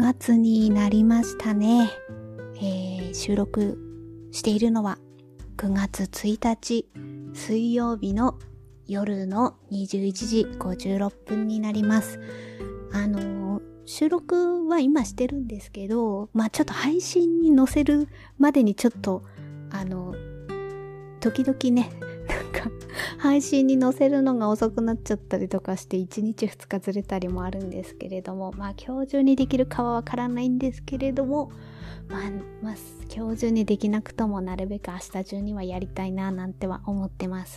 月になりましたね。収録しているのは9月1日水曜日の夜の21時56分になります。収録は今してるんですけど、ちょっと配信に載せるまでにちょっと時々ね、配信に載せるのが遅くなっちゃったりとかして1日2日ずれたりもあるんですけれども、今日中にできるかはわからないんですけれども、今日中にできなくともなるべく明日中にはやりたいななんては思ってます。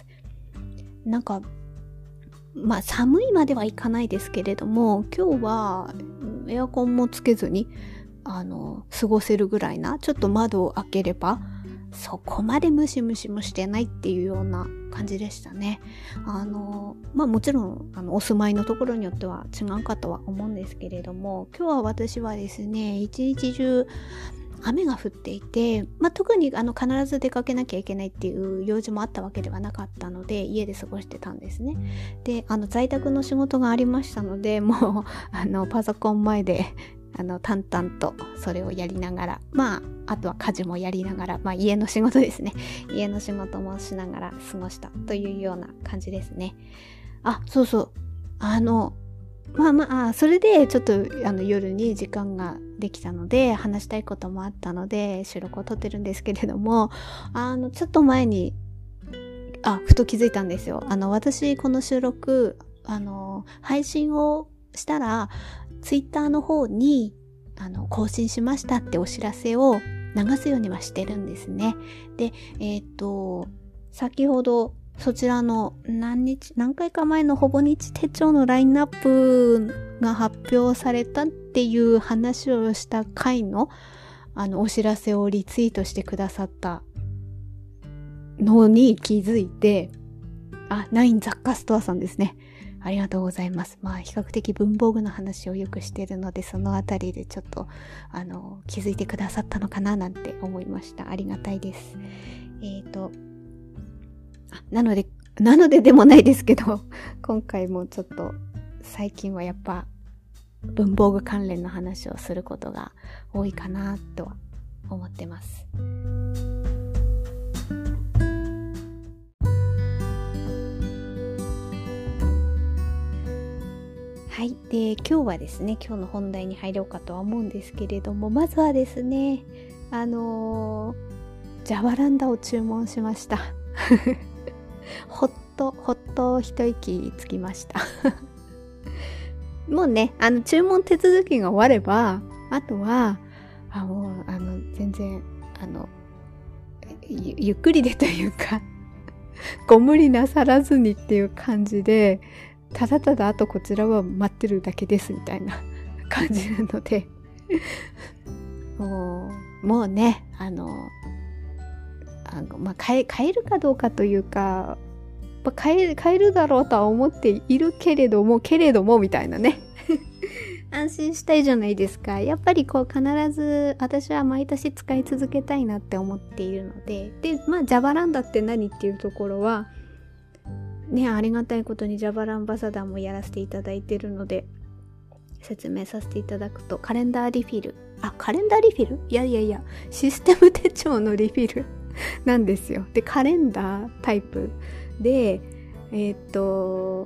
寒いまではいかないですけれども、今日はエアコンもつけずに過ごせるぐらいな、ちょっと窓を開ければそこまでムシムシもしてないっていうような感じでしたね。もちろんお住まいのところによっては違うかとは思うんですけれども、今日は私はですね、一日中雨が降っていて、特に必ず出かけなきゃいけないっていう用事もあったわけではなかったので、家で過ごしてたんですね。で、在宅の仕事がありましたので、もうパソコン前で淡々とそれをやりながら、あとは家事もやりながら、家の仕事ですね。家の仕事もしながら過ごしたというような感じですね。そうそう。それでちょっと夜に時間ができたので、話したいこともあったので収録を撮ってるんですけれども、ちょっと前にふと気づいたんですよ。私この収録配信をしたらツイッターの方に更新しましたってお知らせを流すようにはしてるんですね。で、先ほどそちらの何回か前のほぼ日手帳のラインナップが発表されたっていう話をした回のお知らせをリツイートしてくださったのに気づいて、ナイン雑貨ストアさんですね。ありがとうございます。比較的文房具の話をよくしているので、そのあたりでちょっと気づいてくださったのかななんて思いました。ありがたいです。なのででもないですけど、今回もちょっと最近はやっぱ文房具関連の話をすることが多いかなとは思ってます。はい。で、今日はですね、今日の本題に入ろうかとは思うんですけれども、まずはですね、ジャバランダを注文しました。ほっと一息つきました。もうね、注文手続きが終われば、あとは、全然、ゆっくりでというか、ご無理なさらずにっていう感じで、ただただあとこちらは待ってるだけですみたいな感じなのでもうね買えるかどうかというか、買えるだろうとは思っているけれどもみたいなね安心したいじゃないですか。やっぱり必ず私は毎年使い続けたいなって思っているので、ジャバランダって何っていうところはね、ありがたいことにジャバランバサダーもやらせていただいているので説明させていただくと、カレンダーリフィルいやシステム手帳のリフィルなんですよ。で、カレンダータイプでいろ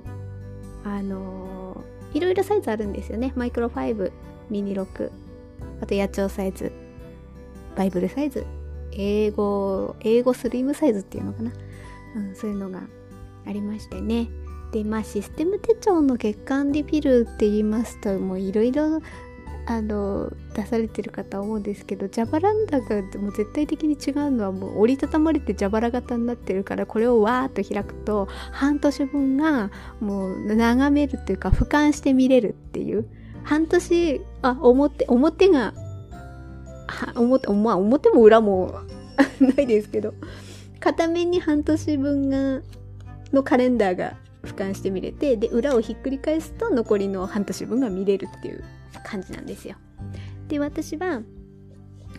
いろサイズあるんですよね。マイクロ5、ミニ6、あと野鳥サイズ、バイブルサイズ、英語スリムサイズっていうのかな、そういうのがありましてね。で、システム手帳の月間リフィルって言いますと、もういろいろ出されてる方思うんですけど、ジャバランダがもう絶対的に違うのは、もう折りたたまれてジャバラ型になってるから、これをわーっと開くと半年分がもう眺めるっていうか俯瞰して見れるっていう、半年表も裏もないですけど、片面に半年分のカレンダーが俯瞰して見れて、で裏をひっくり返すと残りの半年分が見れるっていう感じなんですよ。で、私は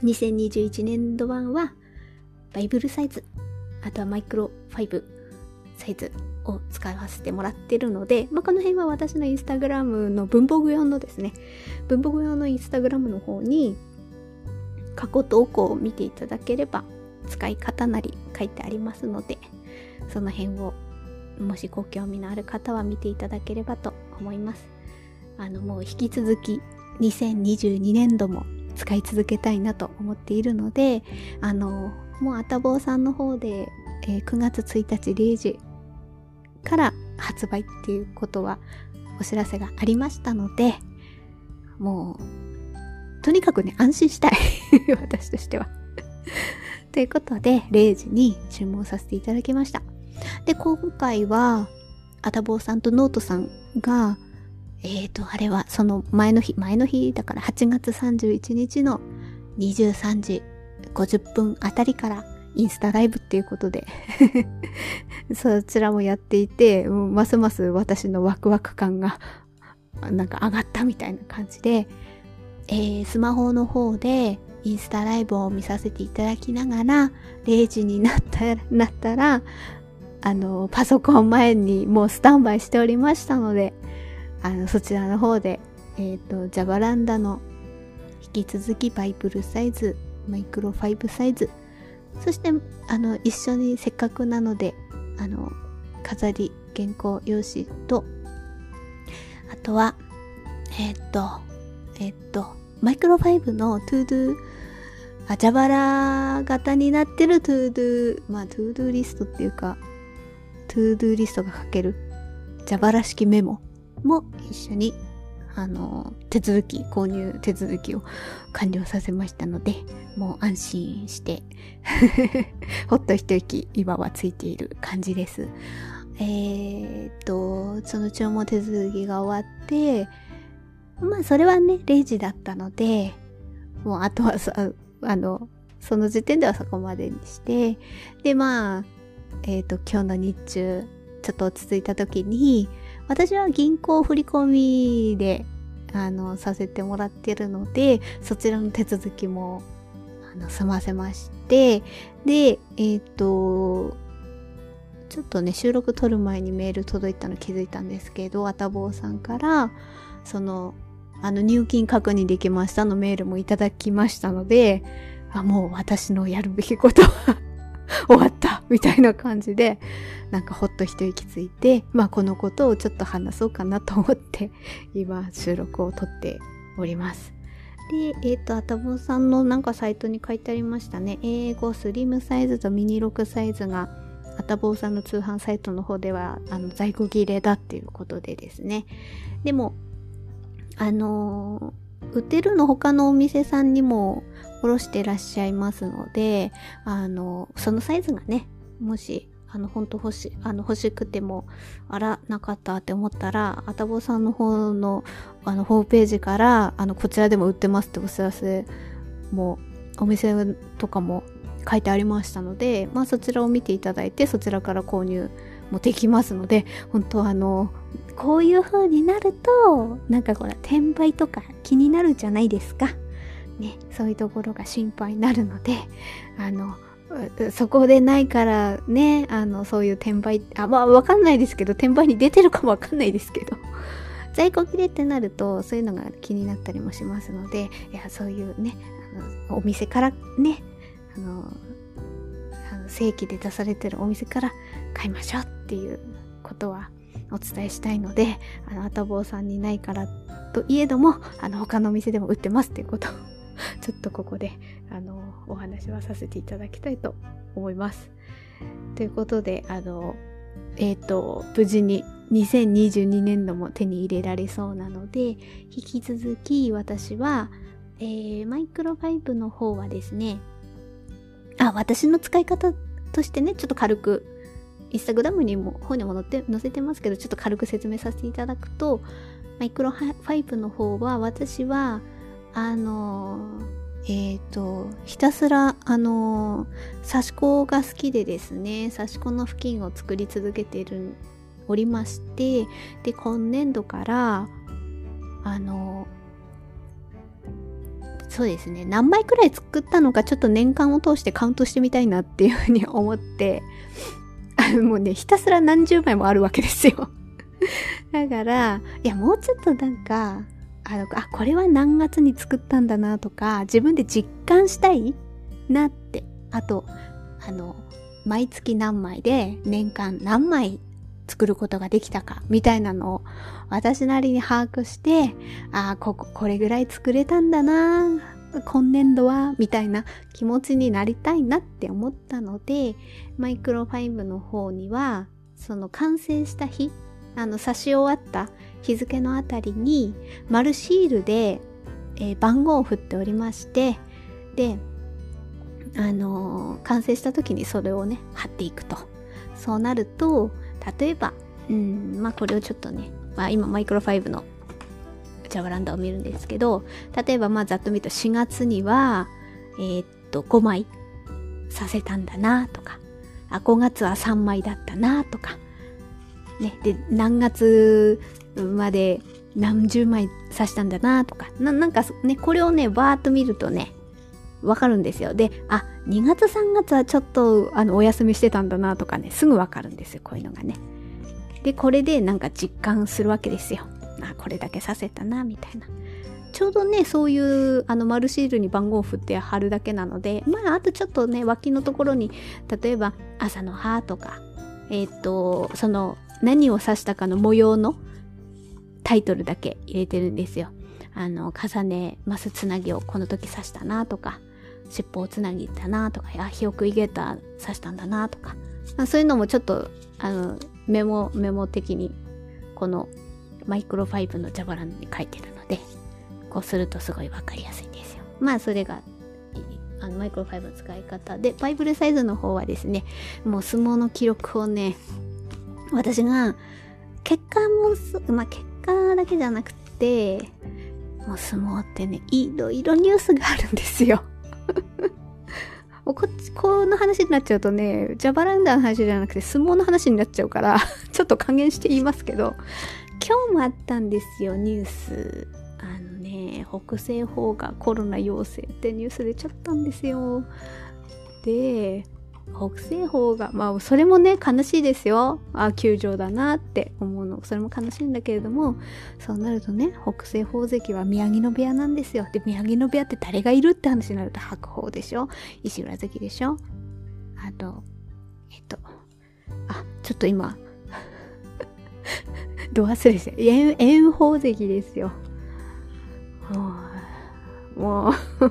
2021年度版はバイブルサイズ、あとはマイクロ5 サイズを使わせてもらってるので、この辺は私のインスタグラムの文房具用のですね、文房具用のインスタグラムの方に過去投稿を見ていただければ使い方なり書いてありますので、その辺をもしご興味のある方は見ていただければと思います。もう引き続き2022年度も使い続けたいなと思っているので、もうあたぼうさんの方で、9月1日0時から発売っていうことはお知らせがありましたので、もうとにかくね、安心したい私としてはということで0時に注文させていただきました。で、今回はあたぼうさんとノートさんがあれはその前の日だから8月31日の23時50分あたりからインスタライブっていうことでそちらもやっていて、ますます私のワクワク感がなんか上がったみたいな感じで、スマホの方でインスタライブを見させていただきながら0時になったらパソコン前にもうスタンバイしておりましたので、そちらの方でジャバランダの引き続きバイブルサイズ、マイクロ5サイズ、そして一緒にせっかくなので飾り原稿用紙と、あとはマイクロ5のトゥードゥジャバラ型になってるトゥードゥリストっていうか、トゥードゥリストが書けるジャバラ式メモも一緒に購入手続きを完了させましたので、もう安心してほっと一息今はついている感じです。その注文手続きが終わって、それはね0時だったので、もうあとはその時点ではそこまでにして、で今日の日中ちょっと落ち着いた時に、私は銀行振込でさせてもらってるので、そちらの手続きも済ませまして、でちょっとね収録撮る前にメール届いたの気づいたんですけど、あたぼうさんから入金確認できましたのメールもいただきましたので、もう私のやるべきことは終わったみたいな感じで、なんかほっと一息ついて、このことをちょっと話そうかなと思って今収録を撮っております。で、あたぼうさんのなんかサイトに書いてありましたね。英語スリムサイズとミニ6サイズがあたぼうさんの通販サイトの方では在庫切れだっていうことでですね。でも売ってるの他のお店さんにも卸してらっしゃいますので、そのサイズがね、もし本当欲しくてもなかったって思ったら、あたぼうさんの方のホームページからこちらでも売ってますってお知らせもお店とかも書いてありましたので、そちらを見ていただいてそちらから購入もできますので、本当こういう風になるとなんか転売とか気になるじゃないですかね。そういうところが心配になるので、そこでないからね、そういう転売わかんないですけど、転売に出てるかもわかんないですけど在庫切れってなるとそういうのが気になったりもしますので、そういうねお店からね正規で出されてるお店から買いましょうっていうことはお伝えしたいので、あたぼうさんにないからといえども他のお店でも売ってますっていうことをちょっとここでお話はさせていただきたいと思います。ということで無事に2022年度も手に入れられそうなので、引き続き私は、マイクロ5の方はですね、私の使い方としてね、ちょっと軽くインスタグラムにも方にも載せてますけど、ちょっと軽く説明させていただくと、マイクロ5の方は私はひたすら刺し子が好きでですね、刺し子の付近を作り続けておりまして、で今年度からそうですね、何枚くらい作ったのかちょっと年間を通してカウントしてみたいなっていうふうに思ってもうね、ひたすら何十枚もあるわけですよ。だから、いや、もうちょっとなんか、これは何月に作ったんだなとか、自分で実感したいなって。あと、毎月何枚で年間何枚作ることができたか、みたいなのを私なりに把握して、これぐらい作れたんだな、今年度は、みたいな気持ちになりたいなって思ったので、マイクロ5の方には、その完成した日、差し終わった日付のあたりに丸シールで、番号を振っておりまして、で、完成した時にそれをね貼っていくと。そうなると、例えばこれをちょっとね、今マイクロ5のジャバランダを見るんですけど、例えばざっと見ると4月には5枚させたんだなとか、5月は3枚だったなとかね、で何月まで何十枚刺したんだなとか、なんかね、これをねバーッと見るとねわかるんですよ。で、2月3月はちょっとお休みしてたんだなとかね、すぐわかるんですよ、こういうのがね。で、これでなんか実感するわけですよ。これだけ刺せたなみたいな。ちょうどね、そういう丸シールに番号を振って貼るだけなので、あとちょっとね、脇のところに例えば朝の葉とか、その何を刺したかの模様のタイトルだけ入れてるんですよ。重ねますつなぎをこの時刺したなとか、尻尾をつなぎだなとか、日を食いゲーター刺したんだなとか、そういうのもちょっとメモ的にこのマイクロ5のジャバランに書いてるので、こうするとすごいわかりやすいんですよ。それがマイクロ5の使い方で、バイブルサイズの方はですね、もう相撲の記録をね、私が結果だけじゃなくて、もう相撲ってね、いろいろニュースがあるんですよ。この話になっちゃうとね、ジャバランダーの話じゃなくて相撲の話になっちゃうからちょっと加減して言いますけど、今日もあったんですよ、ニュース。北西方がコロナ陽性ってニュース出ちゃったんですよ。で、北西方がそれもね悲しいですよ。休場だなって思うの、それも悲しいんだけれども、そうなるとね、北西方関は宮城野部屋なんですよ。で、宮城野部屋って誰がいるって話になると、白鵬でしょ、石浦関でしょ、あとちょっと今ど忘れして炎鵬関ですよ。もう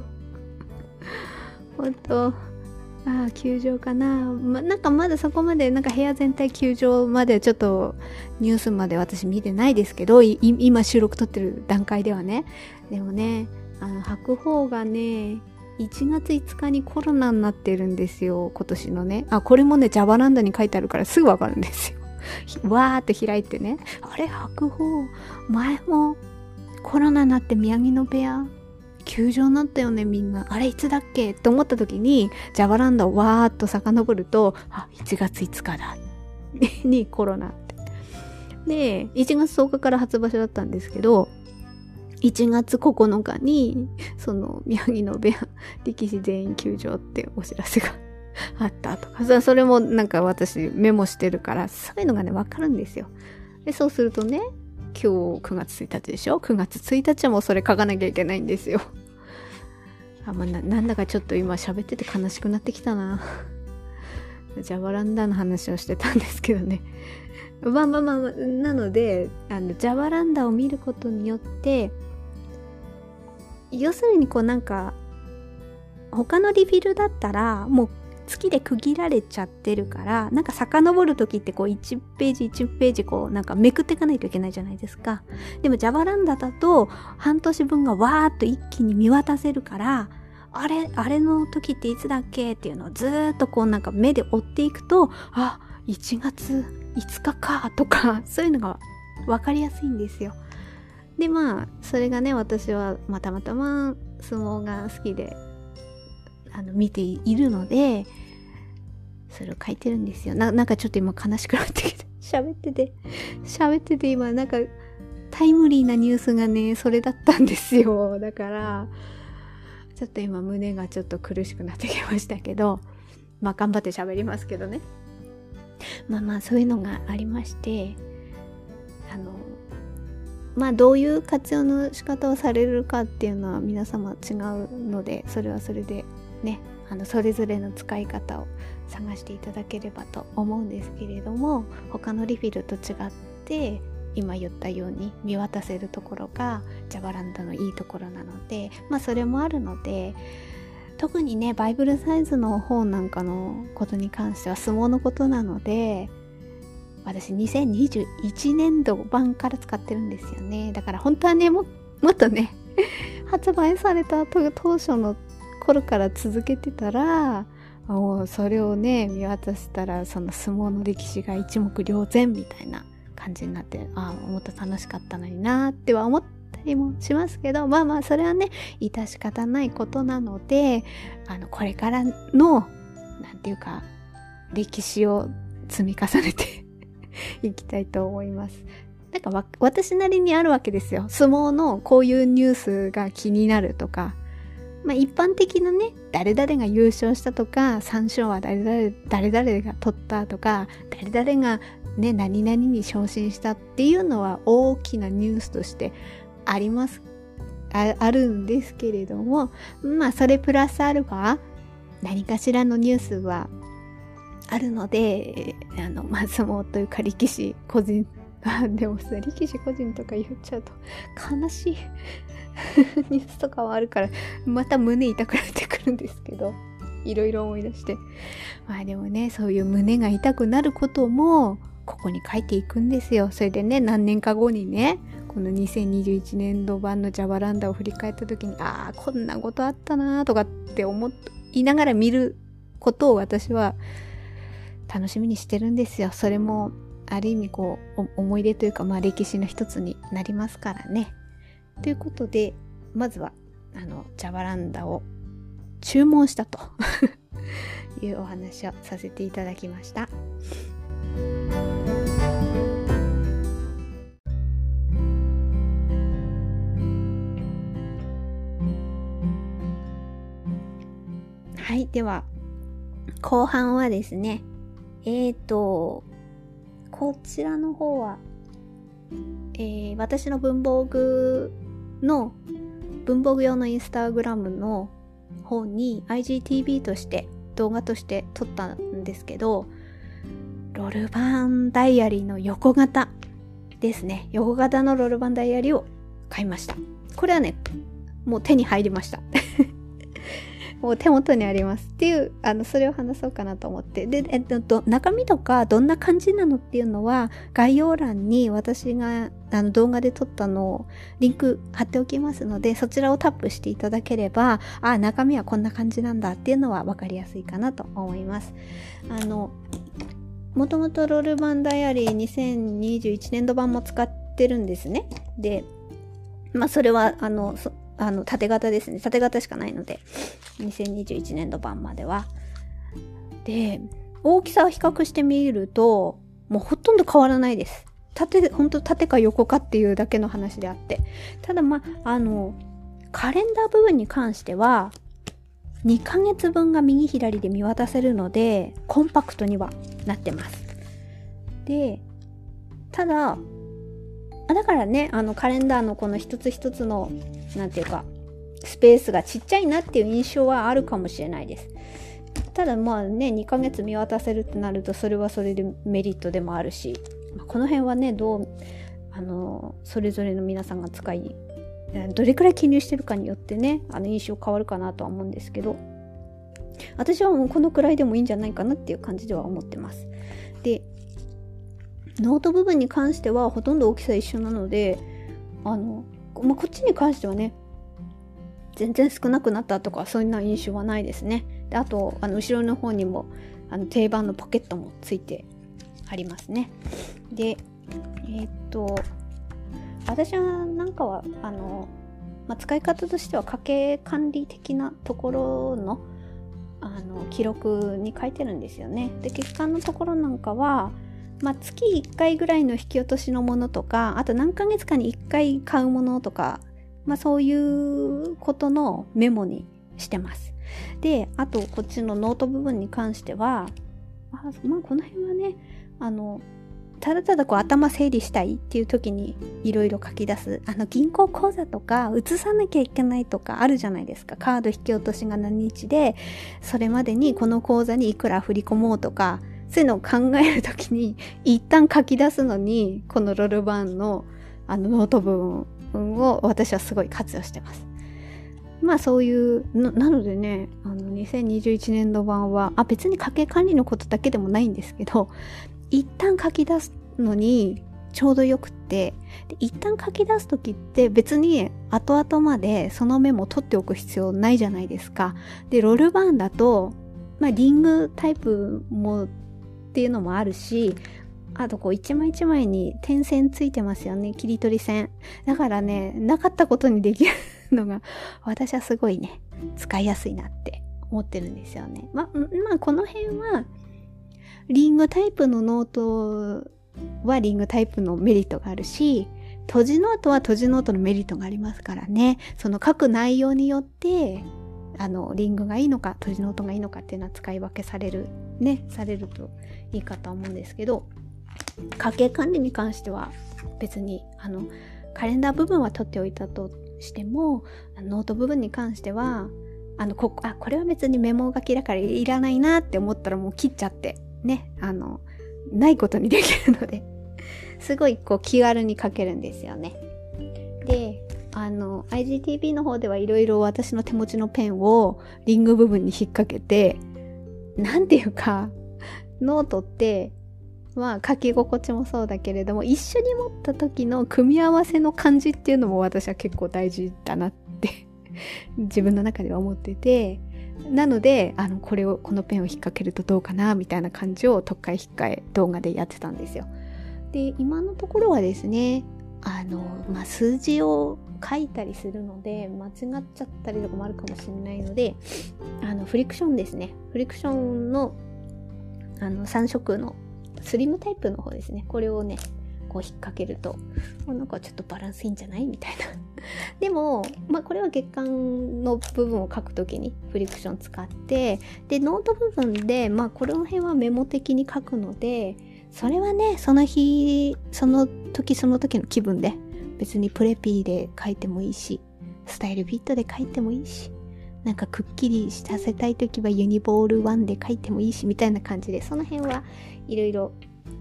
本当休場かな。なんかまだそこまで、なんか部屋全体休場までちょっとニュースまで私見てないですけど、今収録撮ってる段階ではね。でもね、白鵬がね、1月5日にコロナになってるんですよ、今年のね。これもね、ジャバランダに書いてあるからすぐわかるんですよ。わーって開いてね、白鵬、前もコロナになって宮城野部屋休場になったよね、みんな。いつだっけって思った時に、ジャバランダをわーっと遡ると、1月5日だ。にコロナって。で、1月10日から初場所だったんですけど、1月9日に、その宮城野部屋力士全員休場ってお知らせがあったとか、それもなんか私メモしてるから、そういうのがね、わかるんですよ。で、そうするとね、今日9月1日でしょ ?9 月1日はもうそれ書かなきゃいけないんですよ。なんだかちょっと今喋ってて悲しくなってきたな。ジャバランダの話をしてたんですけどね。なので、ジャバランダを見ることによって、要するになんか、他のリフィルだったら、もう月で区切られちゃってるから、なんか遡るときって1ページ1ページなんかめくっていかないといけないじゃないですか。でもジャバランダだと半年分がわーっと一気に見渡せるから、あれの時っていつだっけっていうのをずーっとなんか目で追っていくと、1月5日かとか、そういうのがわかりやすいんですよ。で、それがね、私はたまたま相撲が好きで見ているので、それを書いてるんですよ。なんかちょっと今悲しくなってきて、喋ってて今なんかタイムリーなニュースがね、それだったんですよ。だからちょっと今胸がちょっと苦しくなってきましたけど、頑張って喋りますけどね。 そういうのがありまして、どういう活用の仕方をされるかっていうのは皆様違うので、それはそれでね、それぞれの使い方を探していただければと思うんですけれども、他のリフィルと違って今言ったように見渡せるところがジャバランダのいいところなので、それもあるので、特にねバイブルサイズの本なんかのことに関しては相撲のことなので、私2021年度版から使ってるんですよね。だから本当はねもっとね発売された当初の頃から続けてたら、もうそれをね見渡したらその相撲の歴史が一目瞭然みたいな感じになって、もっと楽しかったのになっては思ったりもしますけど、それはね致し方ないことなので、これからのなんていうか歴史を積み重ねていきたいと思います。なんか私なりにあるわけですよ。相撲のこういうニュースが気になるとか、一般的なね、誰々が優勝したとか、三賞は誰々が取ったとか、誰々がね、何々に昇進したっていうのは大きなニュースとしてあります。あるんですけれども、それプラスアルファ、何かしらのニュースはあるので、相撲というか力士個人、でもさ、力士個人とか言っちゃうと悲しいニュースとかはあるから、また胸痛くなってくるんですけど、いろいろ思い出して。でもね、そういう胸が痛くなることも、ここに書いていくんですよ。それでね、何年か後にね、この2021年度版のジャバランダを振り返った時に、こんなことあったなとかって思いながら見ることを私は楽しみにしてるんですよ。それもある意味思い出というか、歴史の一つになりますからね。ということで、まずはジャバランダを注文したというお話をさせていただきました。はい、では後半はですね、こちらの方は、私の文房具用のインスタグラムの方に IGTV として動画として撮ったんですけど、ロルバンダイアリーの横型ですね。横型のロルバンダイアリーを買いました。これはね、もう手に入りました。もう手元にありますっていう、それを話そうかなと思って。で、中身とかどんな感じなのっていうのは、概要欄に私が動画で撮ったのをリンク貼っておきますので、そちらをタップしていただければ、中身はこんな感じなんだっていうのは分かりやすいかなと思います。もともとロールバンダイアリー2021年度版も使ってるんですね。で、それは縦型ですね。縦型しかないので、2021年度版までは。で、大きさを比較してみると、もうほとんど変わらないです。本当縦か横かっていうだけの話であって。ただカレンダー部分に関しては、2ヶ月分が右左で見渡せるので、コンパクトにはなってます。で、ただ、だからね、カレンダーのこの一つ一つの、なんていうか、スペースがちっちゃいなっていう印象はあるかもしれないです。ただ2ヶ月見渡せるってなると、それはそれでメリットでもあるし、この辺はね、それぞれの皆さんがどれくらい記入してるかによってね、印象変わるかなとは思うんですけど、私はもうこのくらいでもいいんじゃないかなっていう感じでは思ってます。で、ノート部分に関してはほとんど大きさ一緒なので、こっちに関してはね、全然少なくなったとかそんな印象はないですね。で、あと後ろの方にも定番のポケットもついてありますね。で、私はなんかは使い方としては家計管理的なところの記録に書いてるんですよね。で、月間のところなんかは月1回ぐらいの引き落としのものとか、あと何ヶ月かに1回買うものとか、そういうことのメモにしてます。で、あとこっちのノート部分に関しては、 まあこの辺はね、ただただこう頭整理したいっていう時にいろいろ書き出す。銀行口座とか移さなきゃいけないとかあるじゃないですか。カード引き落としが何日で、それまでにこの口座にいくら振り込もうとか、そういうのを考える時に一旦書き出すのに、このロールバーンのノート部分を私はすごい活用してます。まあそういうなのでね、2021年度版は別に家計管理のことだけでもないんですけど、一旦書き出すのにちょうどよくって、で一旦書き出す時って別に後々までそのメモ取っておく必要ないじゃないですか。でロールバーンだと、リングタイプもっていうのもあるし、あとこう一枚一枚に点線ついてますよね、切り取り線。だからね、なかったことにできるのが私はすごいね、使いやすいなって思ってるんですよね。この辺はリングタイプのノートはリングタイプのメリットがあるし、閉じノートは閉じノートのメリットがありますからね。その書く内容によってリングがいいのか閉じノートがいいのかっていうのは使い分けされるといいかと思うんですけど、家計管理に関しては別にカレンダー部分は取っておいたとしても、ノート部分に関してはこれは別にメモ書きだからいらないなって思ったらもう切っちゃってね、ないことにできるのですごいこう気軽に書けるんですよね。でIGTV の方ではいろいろ私の手持ちのペンをリング部分に引っ掛けて、なんていうかノートって書き心地もそうだけれども、一緒に持った時の組み合わせの感じっていうのも私は結構大事だなって自分の中では思ってて、なのでこのペンを引っ掛けるとどうかなみたいな感じを特化引っ換え動画でやってたんですよ。で今のところはですね、数字を書いたりするので間違っちゃったりとかもあるかもしれないので、フリクションですね、フリクションの3色のスリムタイプの方ですね、これをねこう引っ掛けるとなんかちょっとバランスいいんじゃないみたいなでもこれは月間の部分を書くときにフリクション使って、でノート部分でこの辺はメモ的に書くので、それはねその日その時その時の気分で別にプレピーで書いてもいいし、スタイルビットで書いてもいいし、なんかくっきりさせたいときはユニボール1で書いてもいいしみたいな感じで、その辺はいろいろ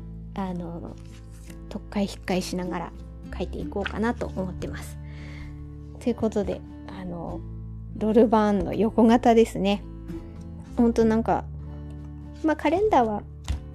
特化引っ換えしながら書いていこうかなと思ってます。ということでロールバーンの横型ですね。ほんとなんかカレンダーは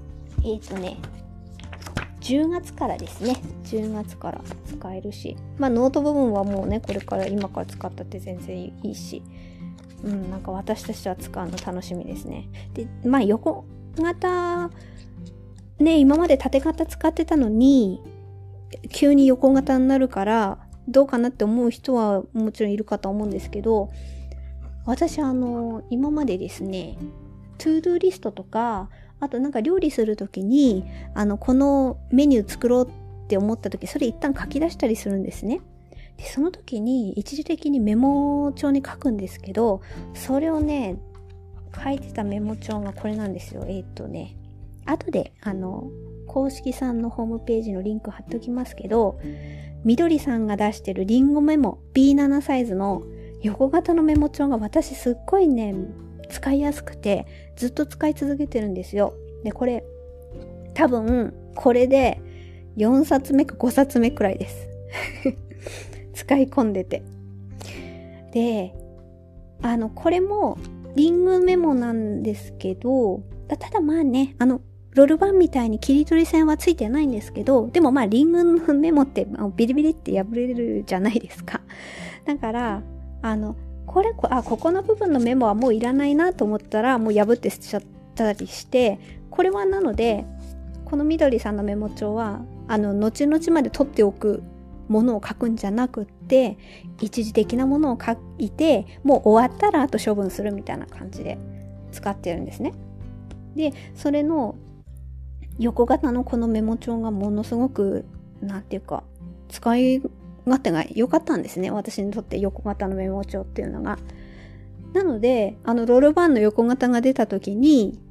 10月からですね、10月から使えるし、ノート部分はもうねこれから今から使ったって全然いいし、なんか私としては使うの楽しみですね。で横型ね、今まで縦型使ってたのに急に横型になるからどうかなって思う人はもちろんいるかと思うんですけど、私今までですね、トゥードゥーリストとか、あとなんか料理するときにこのメニュー作ろうって思ったとき、それ一旦書き出したりするんですね。でその時に一時的にメモ帳に書くんですけど、それをね書いてたメモ帳がこれなんですよ。後で公式さんのホームページのリンク貼っておきますけど、みどりさんが出してるリンゴメモ B7 サイズの横型のメモ帳が私すっごいね使いやすくてずっと使い続けてるんですよ。でこれ多分これで4冊目か5冊目くらいです使い込んでて、でこれもリングメモなんですけど、ただロールバーンみたいに切り取り線はついてないんですけど、でもリングのメモってビリビリって破れるじゃないですか。だからここの部分のメモはもういらないなと思ったらもう破って捨てちゃったりして、これはなのでこのみどりさんのメモ帳は後々まで取っておくものを書くんじゃなくって、一時的なものを書いてもう終わったらあと処分するみたいな感じで使ってるんですね。でそれの横型のこのメモ帳がものすごくなんていうか使い勝手が良かったんですね、私にとって横型のメモ帳っていうのが。なのでロールバーンの横型が出た時に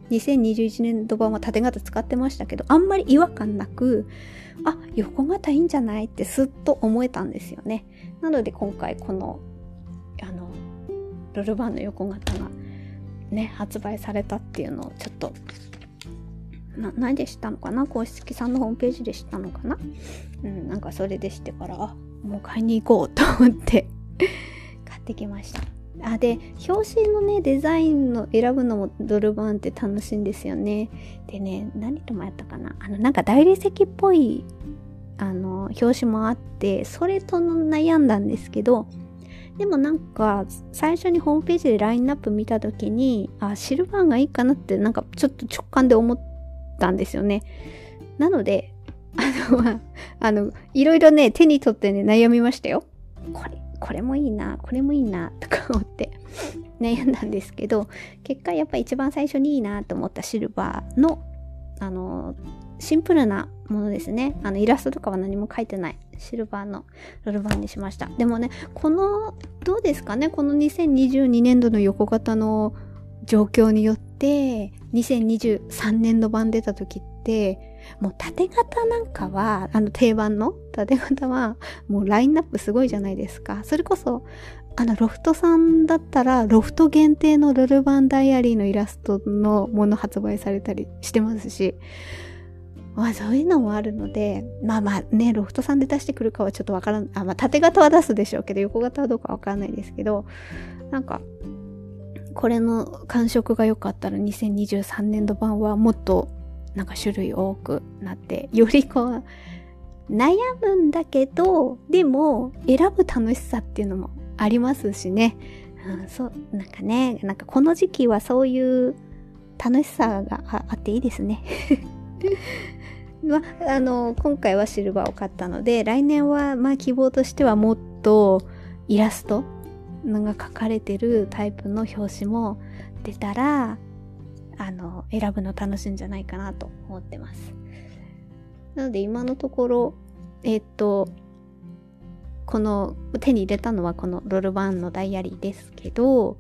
2021年度版は縦型使ってましたけど、あんまり違和感なく、横型いいんじゃないってすっと思えたんですよね。なので今回このロルバンの横型がね発売されたっていうのをちょっと何で知ったのかな、公式さんのホームページで知ったのかな、なんかそれで知ってからもう買いに行こうと思って買ってきました。で表紙のねデザインの選ぶのもドルバンって楽しいんですよね。でね、何ともやったかな、なんか大理石っぽい表紙もあって、それと悩んだんですけど、でもなんか最初にホームページでラインナップ見た時にシルバーがいいかなってなんかちょっと直感で思ったんですよね。なのでいろいろね手に取ってね悩みましたよ。これもいいなこれもいいなとか思って悩んだんですけど、結果やっぱ一番最初にいいなと思ったシルバーのシンプルなものですね。イラストとかは何も書いてないシルバーのロルバンにしました。でもね、どうですかね、この2022年度の横型の状況によって2023年度版出た時ってもう縦型なんかは定番の縦型はもうラインナップすごいじゃないですか。それこそロフトさんだったらロフト限定のロルバンダイアリーのイラストのもの発売されたりしてますし、そういうのもあるので、ね、ロフトさんで出してくるかはちょっとわからん。縦型は出すでしょうけど、横型はどうかわからないですけど、なんか、これの感触が良かったら2023年度版はもっとなんか種類多くなって、より悩むんだけど、でも選ぶ楽しさっていうのもありますしね。なんかね、なんかこの時期はそういう楽しさがあっていいですね。今回はシルバーを買ったので、来年は希望としてはもっとイラストが描かれてるタイプの表紙も出たら選ぶの楽しいんじゃないかなと思ってます。なので今のところこの手に入れたのはこのロルバンのダイアリーですけど、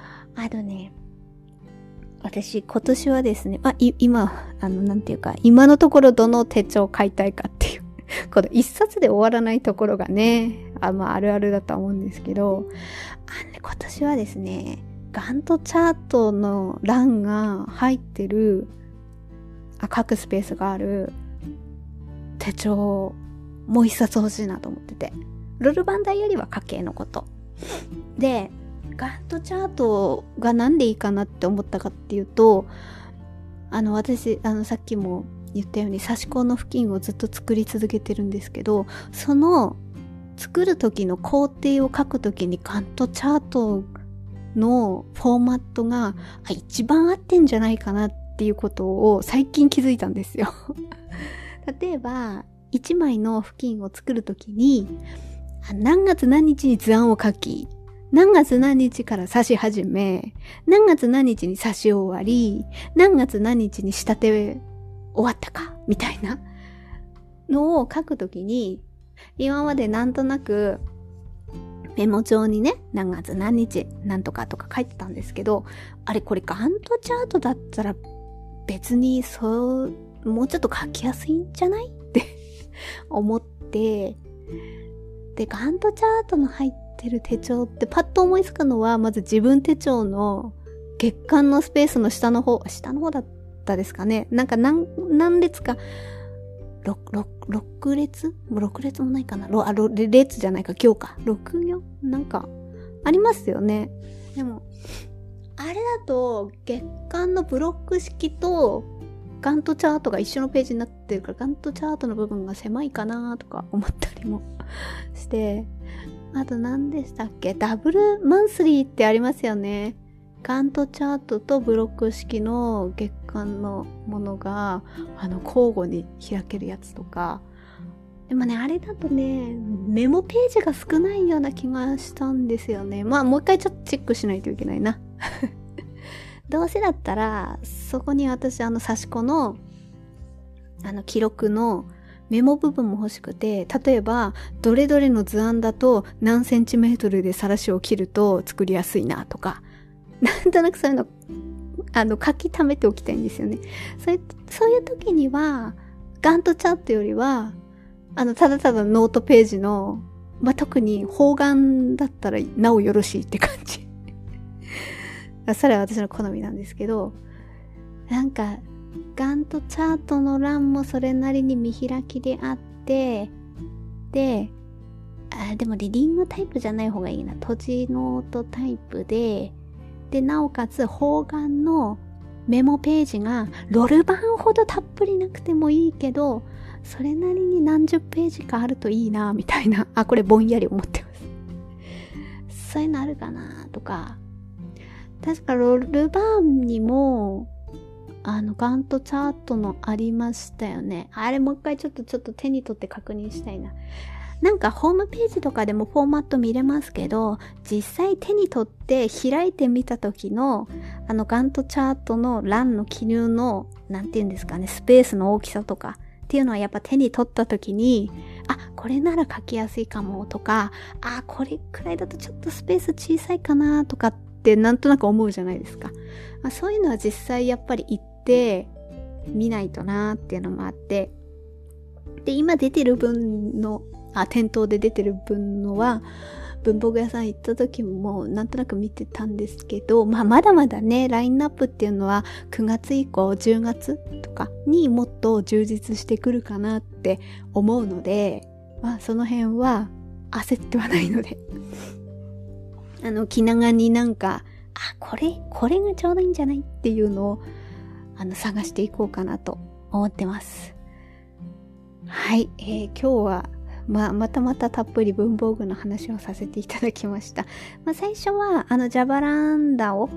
私今年はですね、今なんていうか今のところどの手帳を買いたいかっていうこの一冊で終わらないところがねあるあるだと思うんですけど、今年はですねガントチャートの欄が入ってる書くスペースがある手帳もう一冊欲しいなと思ってて、ロルバンダイアリーは家計のことで、ガントチャートがなんでいいかなって思ったかっていうと、私さっきも言ったように差し子の付近をずっと作り続けてるんですけど、その作る時の工程を書く時にガントチャートのフォーマットが一番合ってんじゃないかなっていうことを最近気づいたんですよ。例えば1枚の付近を作る時に何月何日に図案を書き、何月何日から刺し始め、何月何日に刺し終わり、何月何日に仕立て終わったかみたいなのを書くときに、今までなんとなくメモ帳にね何月何日なんとかとか書いてたんですけど、これガントチャートだったら別にもうちょっと書きやすいんじゃないって思って、でガントチャートの入ってる手帳ってパッと思いつくのはまず自分手帳の月間のスペースの下の方だったですかね。なんか何列か6列もう6列もないかな。列じゃないか、行か。6行なんか、ありますよね。でも、あれだと、月間のブロック式と、ガントチャートが一緒のページになってるから、ガントチャートの部分が狭いかなとか思ったりもして、あと何でしたっけ？ダブルマンスリーってありますよね。ガントチャートとブロック式の月間のものが交互に開けるやつとか。でもね、あれだとねメモページが少ないような気がしたんですよね。もう一回ちょっとチェックしないといけないな。どうせだったらそこに私差し子の記録のメモ部分も欲しくて、例えばどれどれの図案だと何センチメートルで晒しを切ると作りやすいなとか、なんとなくそういうの書き溜めておきたいんですよね。そういう時には、ガントチャットよりは、ただただノートページの、特に方眼だったらなおよろしいって感じ。それは私の好みなんですけど、なんか、ガントチャートの欄もそれなりに見開きであって、でもリーディングタイプじゃない方がいいな。閉じノートタイプで、なおかつ方眼のメモページがロル版ほどたっぷりなくてもいいけど、それなりに何十ページかあるといいな、みたいな。これぼんやり思ってます。そういうのあるかなとか。確かロル版にも、ガントチャートのありましたよね。あれもう一回ちょっと手に取って確認したいな。なんかホームページとかでもフォーマット見れますけど、実際手に取って開いてみた時のガントチャートの欄の記入のなんていうんですかね、スペースの大きさとかっていうのはやっぱ手に取った時に、これなら書きやすいかもとか、これくらいだとちょっとスペース小さいかなとかってなんとなく思うじゃないですか。そういうのは実際やっぱり行ってみないとなっていうのもあって、で今出てる分の店頭で出てる分のは文房具屋さん行った時もなんとなく見てたんですけど、まだまだねラインナップっていうのは9月以降10月とかにもっと充実してくるかなって思うので、その辺は焦ってはないので気長になんかこれがちょうどいいんじゃないっていうのを探していこうかなと思ってます。はい、今日はまたたっぷり文房具の話をさせていただきました。最初はジャバランダを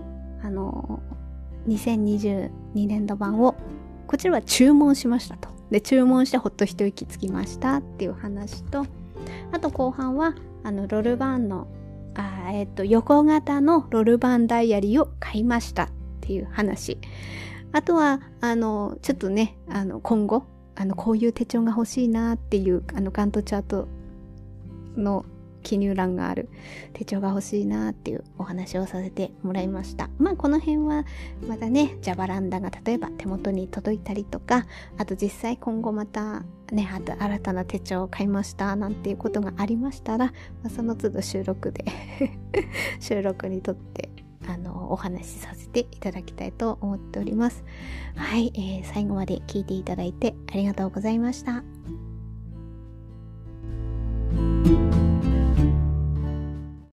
2022年度版をこちらは注文しましたと。で注文してほっと一息つきましたっていう話と、あと後半はロル版の横型のロル版ダイアリーを買いましたっていう話。あとはちょっとね今後こういう手帳が欲しいなっていうガントチャートの記入欄がある手帳が欲しいなっていうお話をさせてもらいました。この辺はまたねジャバランダが例えば手元に届いたりとか、あと実際今後またね新たな手帳を買いましたなんていうことがありましたら、その都度収録にとってお話しさせていただきたいと思っております。はい、最後まで聞いていただいてありがとうございました。